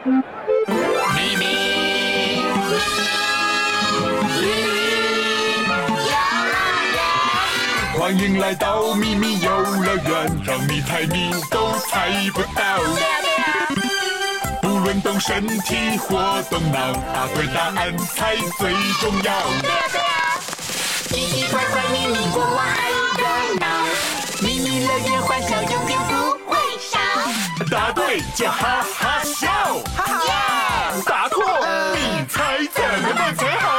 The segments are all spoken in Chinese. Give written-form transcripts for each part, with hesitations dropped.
咪咪，欢迎来到咪咪游乐园，让你猜谜都猜不到。不论动身体或动脑，答对答案才最重要。奇奇怪怪秘密国王爱热闹，秘密乐园欢笑永远不会少。答对就哈哈笑，哈哈！答错你猜怎么办才好？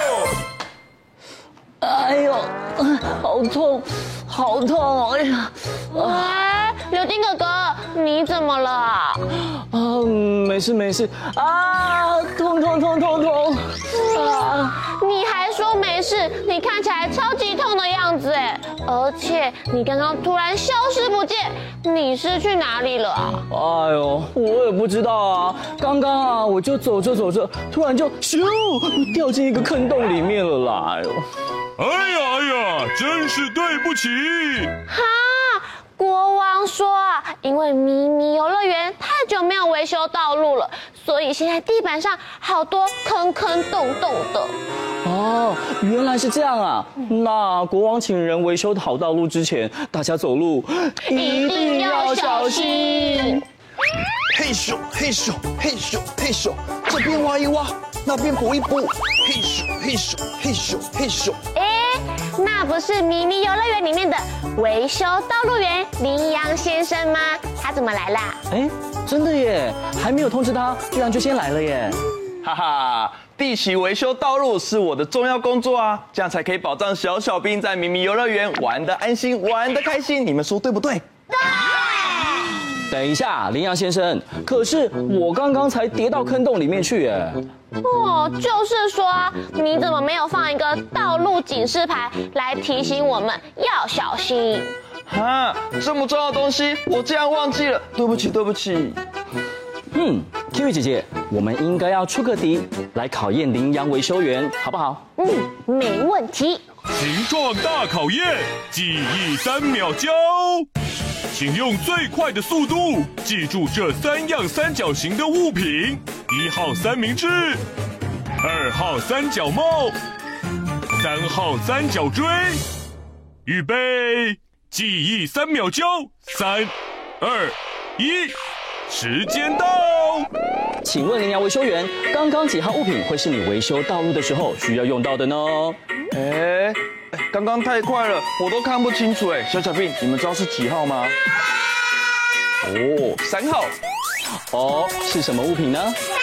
哎呦，好痛，好痛！哎呀， 刘金哥哥，你怎么了？ 没事没事啊，痛啊！ 你还说没事？你看起来超级痛的样子哎，而且你刚刚突然消失不见，你是去哪里了啊？ 哎呦，我也不知道啊，刚刚啊，我就走着，突然就咻掉进一个坑洞里面了啦！ 哎呀，真是对不起！ 哈，国王说啊，因为咪咪游乐园太久没有维修道路了，所以现在地板上好多坑洞的。 哦，原来是这样啊！那国王请人维修好道路之前，大家走路一定要小心。 嘿咻，这边挖一挖，那边补一补，嘿咻。 那不是咪咪游乐园里面的维修道路员林阳先生吗？他怎么来啦？ 真的耶，还没有通知他，居然就先来了耶！ 哈哈，地起维修道路是我的重要工作啊，这样才可以保障小兵在咪咪游乐园玩得安心，玩得开心。你们说对不对？ 对。 等一下，林阳先生，可是我刚刚才跌到坑洞里面去耶。 就是说啊，你怎么没有放一个道路警示牌来提醒我们要小心？ 这么重要的东西，我竟然忘记了，对不起。 Kiwi 姐姐，我们应该要出个题来考验羚羊维修员，好不好？ 没问题。 形状大考验，记忆3秒教。请用最快的速度记住这3样三角形的物品：1号三明治，2号三角帽，3号三角锥。预备，记忆3秒教，3、2、1，时间到。 请问羚羊维修员，刚刚几号物品会是你维修道路的时候需要用到的呢？ 刚刚太快了，我都看不清楚哎。小兵，你们知道是几号吗？3号。是什么物品呢？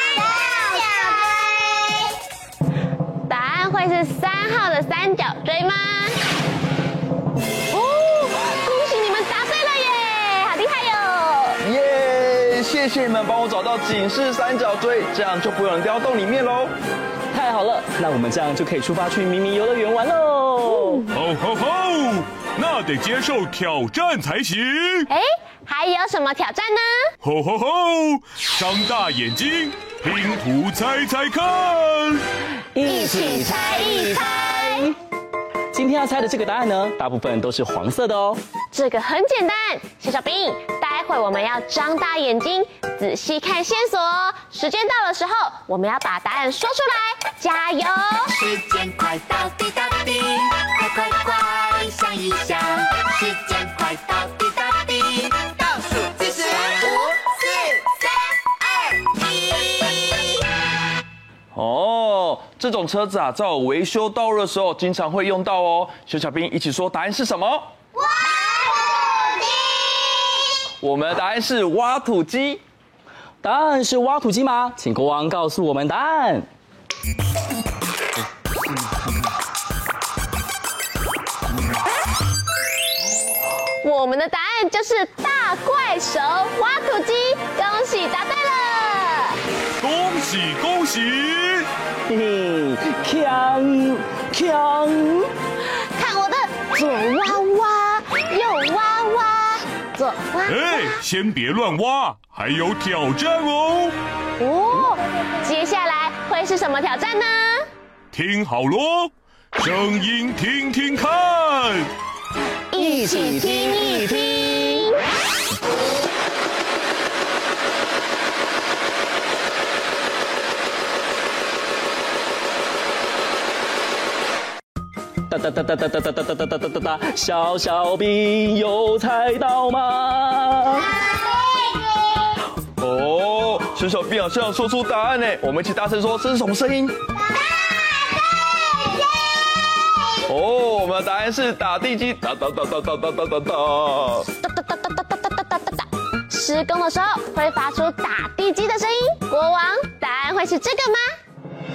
答案会是3号的三角锥吗？恭喜你们答对了耶，好厉害哟！ 耶，谢谢你们帮我找到警示三角锥，这样就不会有人掉洞里面喽。 太好了，那我们这样就可以出发去咪咪游乐园玩喽！ 吼，那得接受挑战才行。 还有什么挑战呢？ 吼，张大眼睛，拼图猜猜看， 一起猜一猜。 今天要猜的这个答案呢，大部分都是黄色的哦。 这个很简单，小兵，待会我们要张大眼睛，仔细看线索哦。时间到的时候，我们要把答案说出来，加油！ 时间快到，滴答滴，快，想一想，时间快到，滴答滴，倒数计时，5、4、3、2、1。 这种车子啊，在我维修道路的时候经常会用到哦。小兵一起说答案是什么？ 挖土机。 我们的答案是挖土机。 答案是挖土机吗？请国王告诉我们答案。 我们的答案就是大怪手挖土机，恭喜答对了！ 恭喜！ 嘿嘿，锵！ 看我的左挖挖，右挖挖，左挖挖。 先别乱挖，还有挑战哦。 接下来会是什么挑战呢？ 听好咯，声音听听看， 一起听一听。 。 哒哒哒哒哒哒哒哒哒哒哒哒哒，小小兵有猜到吗？ 哦，小小兵好像有说出答案呢，我们一起大声说，这是什么声音？哦，我们的答案是打地基，哒哒哒哒哒哒哒哒哒。 施工的时候会发出打地基的声音。国王，答案会是这个吗？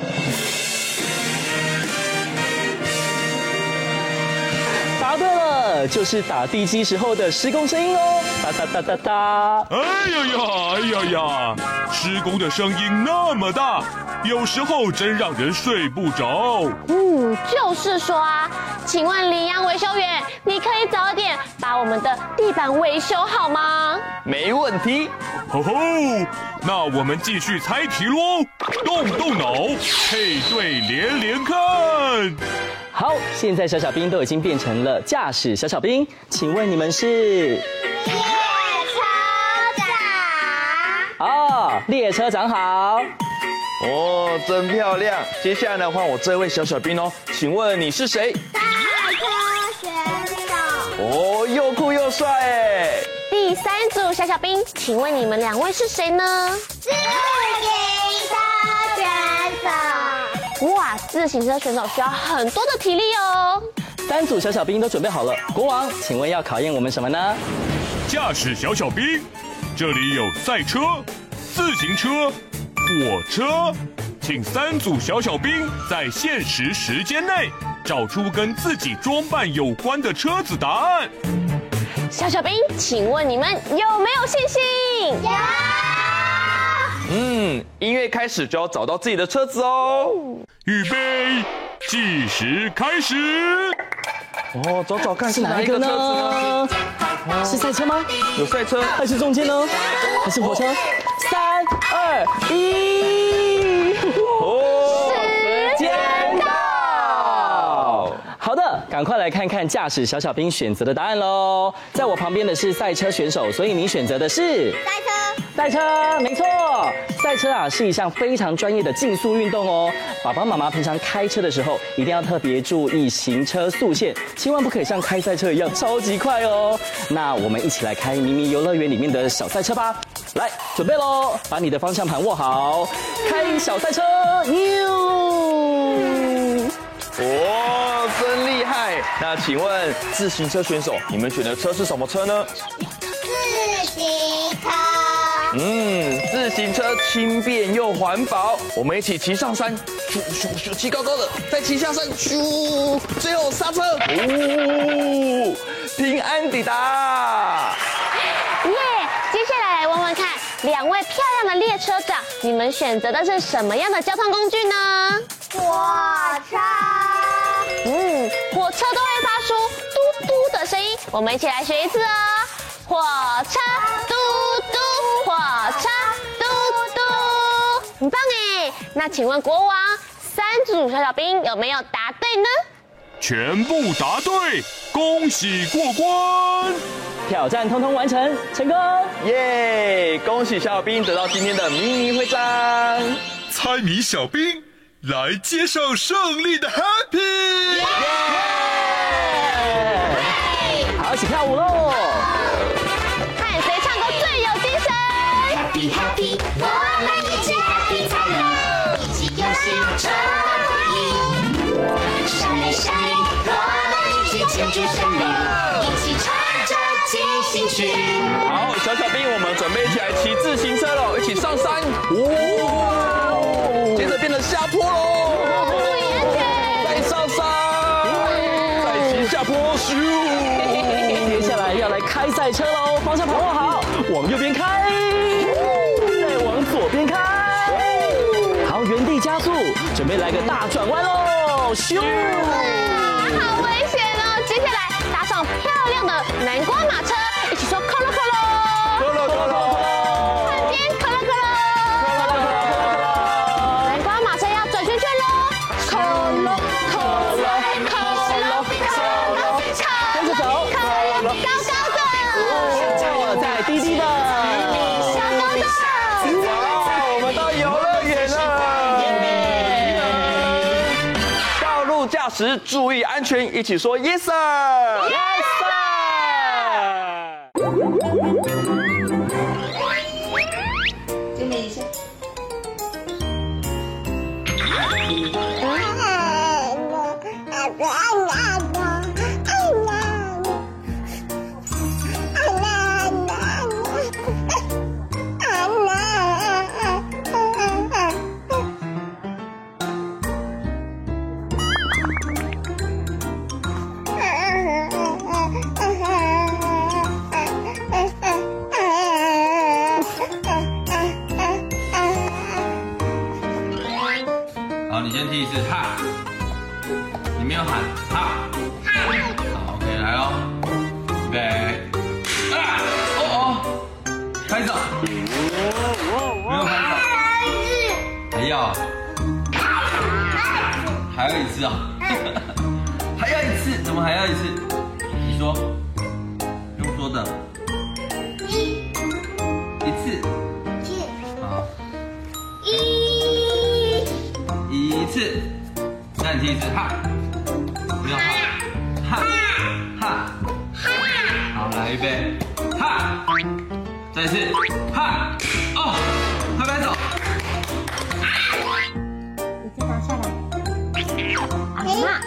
答对了，就是打地基时候的施工声音哦，哒哒哒哒哒。 哎呀，施工的声音那么大，有时候真让人睡不着。 就是说啊，请问羚羊维修员，你可以早点把我们的地板维修好吗？ 没问题。 吼吼，那我们继续猜题喽，动脑，配对连看。 好，现在小小兵都已经变成了驾驶小小兵，请问你们是？ 列车长。 哦，列车长好。 哦，真漂亮。接下来呢，换我这位小小兵哦，请问你是谁？ 赛车选手。 哦，又酷又帅哎。 第三组小小兵，请问你们2位是谁呢？自行车选手。哇，自行车选手需要很多的体力哦。 3组小小兵都准备好了，国王，请问要考验我们什么呢？ 驾驶小小兵，这里有赛车、自行车、火车，请3组小小兵在限时时间内找出跟自己装扮有关的车子答案。 小小兵，请问你们有没有信心？有。 音乐开始就要找到自己的车子哦。 预备，计时开始。 哦，找找看是哪一个呢？是赛车吗？ 有赛车， 还是中间呢？还是火车？3、2、1， 哦， 时间到！好的，赶快来看看驾驶小小兵选择的答案喽。在我旁边的是赛车选手，所以你选择的是赛车。 赛车，没错。赛车啊是一项非常专业的竞速运动哦。爸爸妈妈平常开车的时候，一定要特别注意行车速限，千万不可以像开赛车一样超级快哦。那我们一起来开咪咪游乐园里面的小赛车吧。来，准备喽，把你的方向盘握好，开小赛车， 哇，真厉害！那请问自行车选手，你们选的车是什么车呢？ 自行车。 自行车轻便又环保，我们一起骑上山，咻咻咻，骑高高的，再骑下山，咻，最后刹车，哦，平安抵达。 耶！接下来来问问看，2位漂亮的列车长，你们选择的是什么样的交通工具呢？火车。火车都会发出嘟嘟的声音，我们一起来学一次哦。火车嘟嘟，火车嘟嘟，很棒哎！那请问国王，3组小小兵有没有答对呢？ 全部答对，恭喜过关！ 挑战通通完成，成功！ 耶！恭喜小兵得到今天的迷你徽章。 猜谜小兵来接受胜利的 Happy！ 好，一起跳舞喽！ 看谁唱歌最有精神 Happy Happy， 我们一起 Happy 才能一起游戏成瘾。胜利胜利，我们一起庆祝胜利，一起唱着进行曲。 好，小小兵，我们准备一起来骑自行车了，一起上山。哦，接着变成下坡喽。 注意安全。 再上山，再骑下坡，咻。 接下来要来开赛车喽，方向盘握好，往右边开，再往左边开，好，原地加速，准备来个大转弯喽，咻！ 好危险哦！接下来搭上漂亮的南瓜马车，一起说扣咯扣咯， 咯咯咯咯， 瞬间扣咯扣咯，南瓜马车要转圈圈喽，扣咯扣咯扣咯扣咯， 跟着走， 高高的， 再低低的， 小高的， 哇，我们到游乐园了。道路驾驶时注意安全，一起说 Yes sir。Yes sir。 真的一下。 好，你先踢一次哈，你没有喊哈，好 ，OK， 来喽，预备，啊，拍手，没有拍手，还要，还要一次啊，还要一次，怎么还要一次？你说，用说的，一次，好。一次，那你踢一次哈，不要哈，哈，好，来预备，哈，再一次，哈，哦，快拍手， 你再拿下来。阿妈，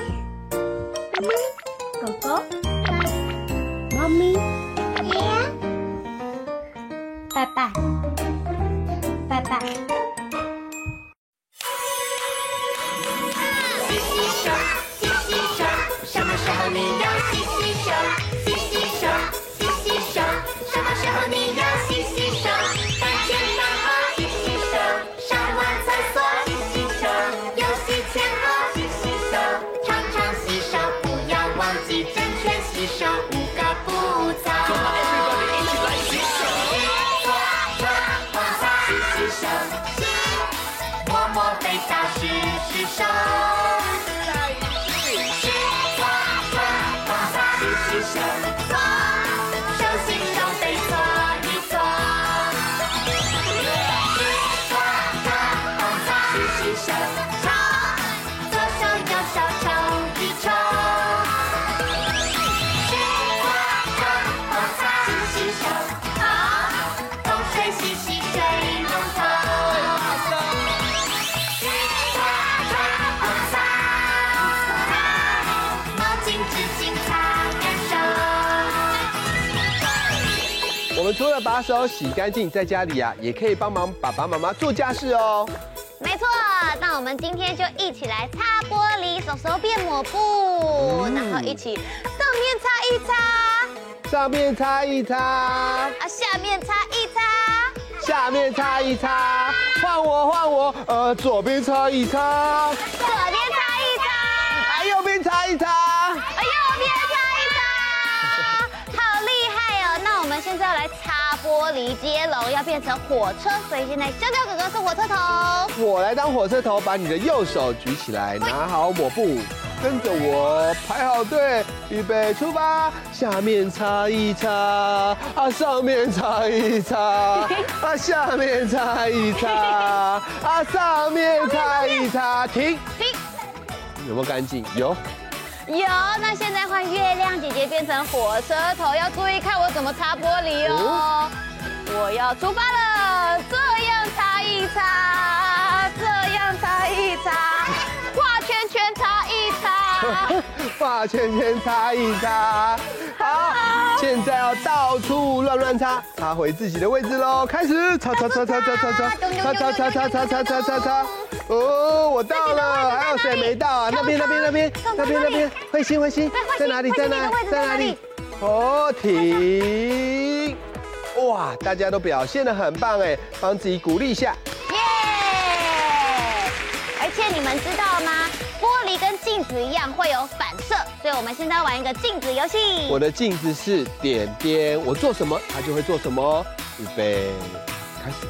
狗狗，猫咪，拜拜，拜拜。 什么时候你要洗洗手？洗洗手，洗洗手。什么时候你要洗洗手？饭前饭后洗洗手，上完厕所洗洗手，游戏前后洗洗手，常常洗手，不要忘记正确洗手5个步骤。一起来洗手，洗洗手，摸摸肥皂，洗洗手。洗手，手心手背搓一搓，洗手，左手右手冲一冲，洗手，风水洗洗水龙头，毛巾纸巾擦。 我们除了把手洗干净，在家里呀，也可以帮忙爸爸妈妈做家事哦。 没错，那我们今天就一起来擦玻璃，手手变抹布，然后一起上面擦一擦， 上面擦一擦， 下面擦一擦， 下面擦一擦，换我，左边擦一擦， 左边擦一擦， 右边擦一擦， 右边擦一擦，好厉害哦！那我们现在要来擦玻璃接龙，要变成火车，所以现在小小哥哥是火车头， 我来当火车头，把你的右手举起来，拿好抹布，跟着我排好队，预备出发。下面擦一擦，上面擦一擦，下面擦一擦，上面擦一擦，停。有没有干净？有。 有，那现在换月亮姐姐变成火车头，要注意看我怎么擦玻璃哦。我要出发了，这样擦一擦，这样擦一擦，画圈圈擦一擦， 画圈圈擦一擦。好，现在要到处乱擦，擦回自己的位置喽。开始擦。哦，我到了，还有谁没到啊？那边，慧心，在哪里？哦，停！哇，大家都表现得很棒哎，帮自己鼓励一下。 耶！而且你们知道吗？玻璃跟镜子一样会有反射，所以我们现在要玩一个镜子游戏。 我的镜子是点点，我做什么它就会做什么。预备，开始。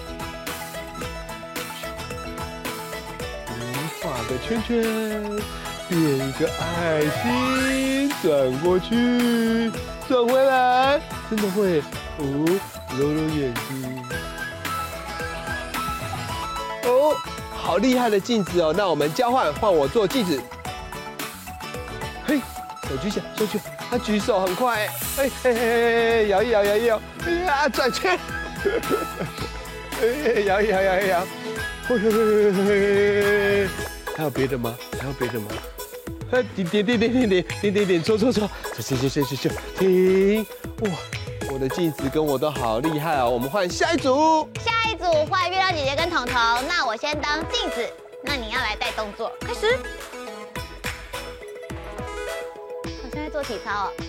画个圈圈，变一个爱心，转过去，转回来，真的会哦，揉眼睛。哦，好厉害的镜子哦！那我们交换，换我做镜子。 手举起来，手举，他举手很快，摇一摇，摇一摇，哎呀，转圈，摇一摇，摇一摇，还有别的吗？还有别的吗？点，走，停！哇，我的镜子跟我都好厉害哦。我们换下一组。 下一组换月亮姐姐跟彤彤，那我先当镜子，那你要来带动作，开始。好像在做体操哦。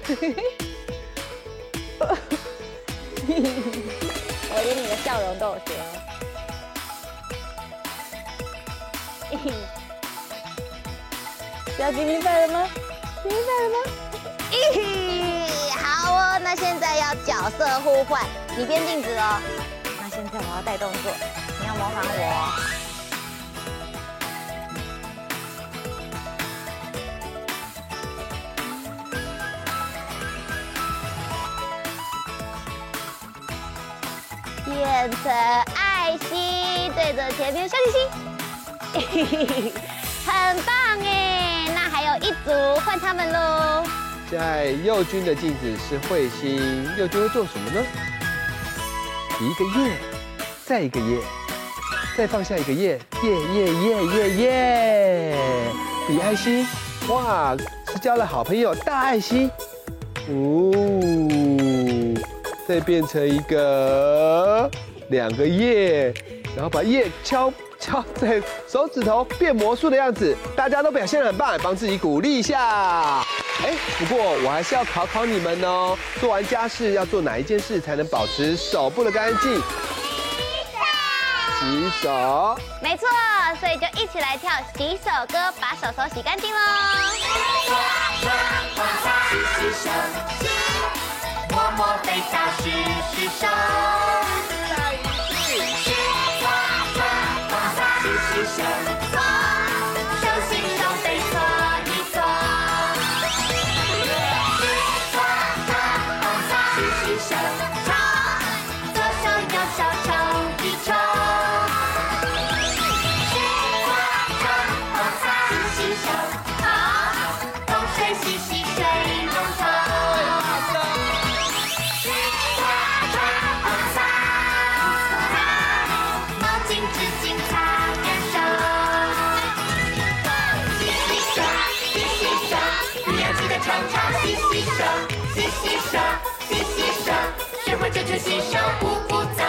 我连你的笑容都有学哦。小姐明白了吗？明白了吗？好哦，那现在要角色互换，你变镜子哦。那现在我要带动作，你要模仿我。变成爱心，对着前面小星星。很棒哎，那还有一组换他们喽。 现在佑君的镜子是彗星，佑君会做什么呢？比一个耶，再一个耶，再放下一个耶，耶，比爱心，哇，是交了好朋友大爱心，再变成一个2个耶，然后把耶敲在手指头变魔术的样子，大家都表现得很棒，帮自己鼓励一下。不过我还是要考你们哦，做完家事要做哪一件事才能保持手部的干净？洗手。 没错，所以就一起来跳洗手歌，把手洗干净喽。 洗手，摸肥皂，洗手。洗手，手心手背搓一搓，洗手，左手右手冲一冲，洗手，用水洗水龙头，毛巾纸巾擦。常常洗手，学会正确洗手5步骤。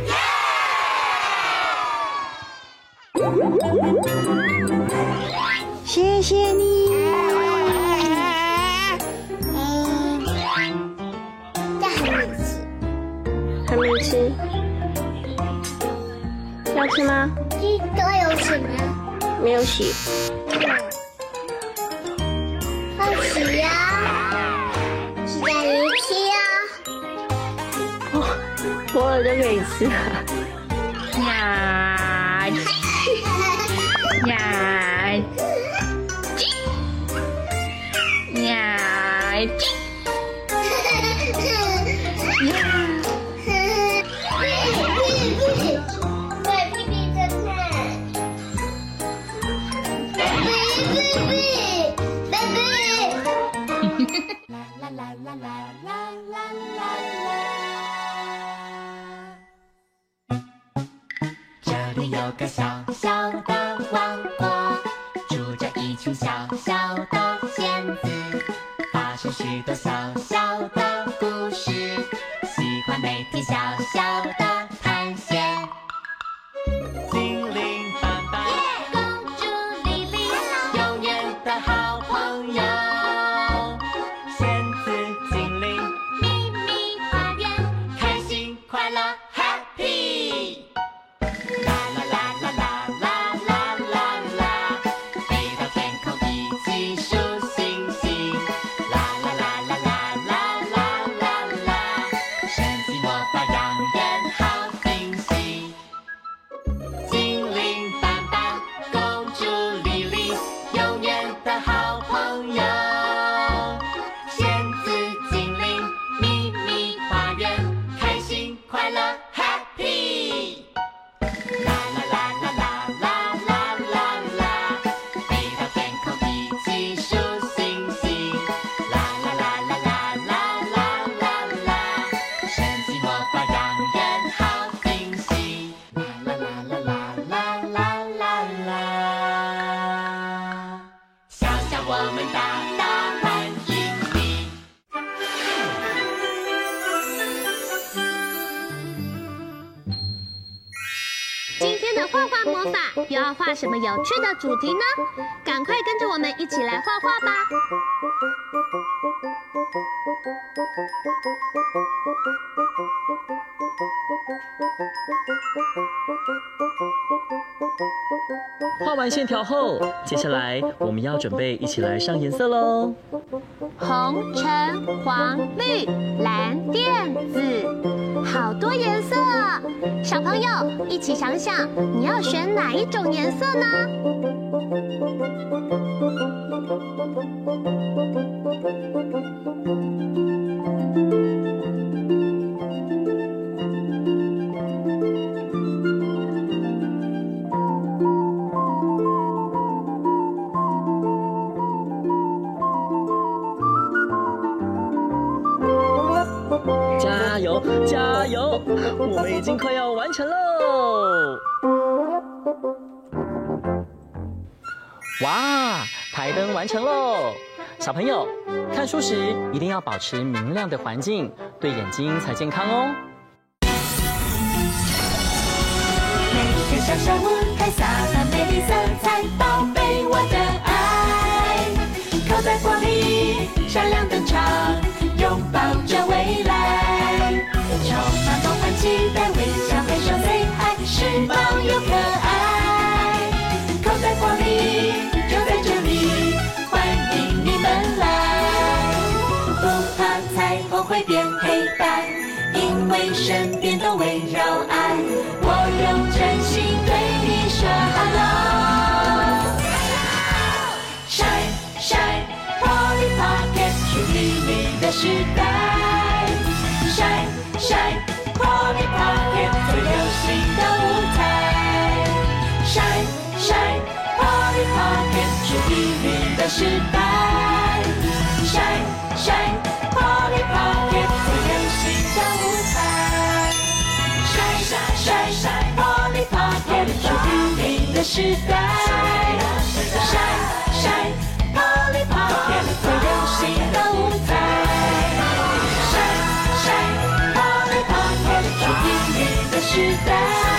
谢谢你。 这还没吃， 要吃吗？ 鸡都有洗吗？ 没有洗。 要洗呀，是在鱼期啊。 活了就可以吃了。呀这里有个小小的王国，住着一群小小的仙子，发生许多小小的故事，喜欢每天小小的探险。精灵斑斑，公主莉莉，永远的好朋友。仙子精灵，秘密花园，开心快乐 happy。啦啦啦啦啦啦啦啦啦，飞到天空一起数星星。啦啦啦啦啦啦啦画魔法，又要画什么有趣的主题呢？赶快跟着我们一起来画画吧！ 画完线条后，接下来我们要准备一起来上颜色喽。 红、橙、黄、绿、蓝、靛、紫，好多颜色啊！小朋友一起想想，你要选哪一种颜色呢？ 加油，加油！我们已经快要完成喽！哇，台灯完成喽！小朋友，看书时一定要保持明亮的环境，对眼睛才健康哦。 每天小小舞台洒满美丽色彩，宝贝我的爱，靠在玻璃闪亮登场，拥抱着未来，充满梦幻期待，微笑挥手 say hi， 时髦又可爱，靠在玻璃就在这里，欢迎你们来，不怕彩虹会变黑白，因为身边都围绕爱，我用真心对你说 hello。Shine shine Polly Pocket， 属于你的时代。Shine shine Polly Pocket， 最流行的舞台。Shine shine Polly Pocket， 属于你的时代。Shine shine Polly Pocket， 最流行的舞台。Shine shine shine Polly Pocket， 属于你的时代。Shine shine Polly Pocket， 最流行的舞台。Shine shine Polly Pocket， 属于你的时代。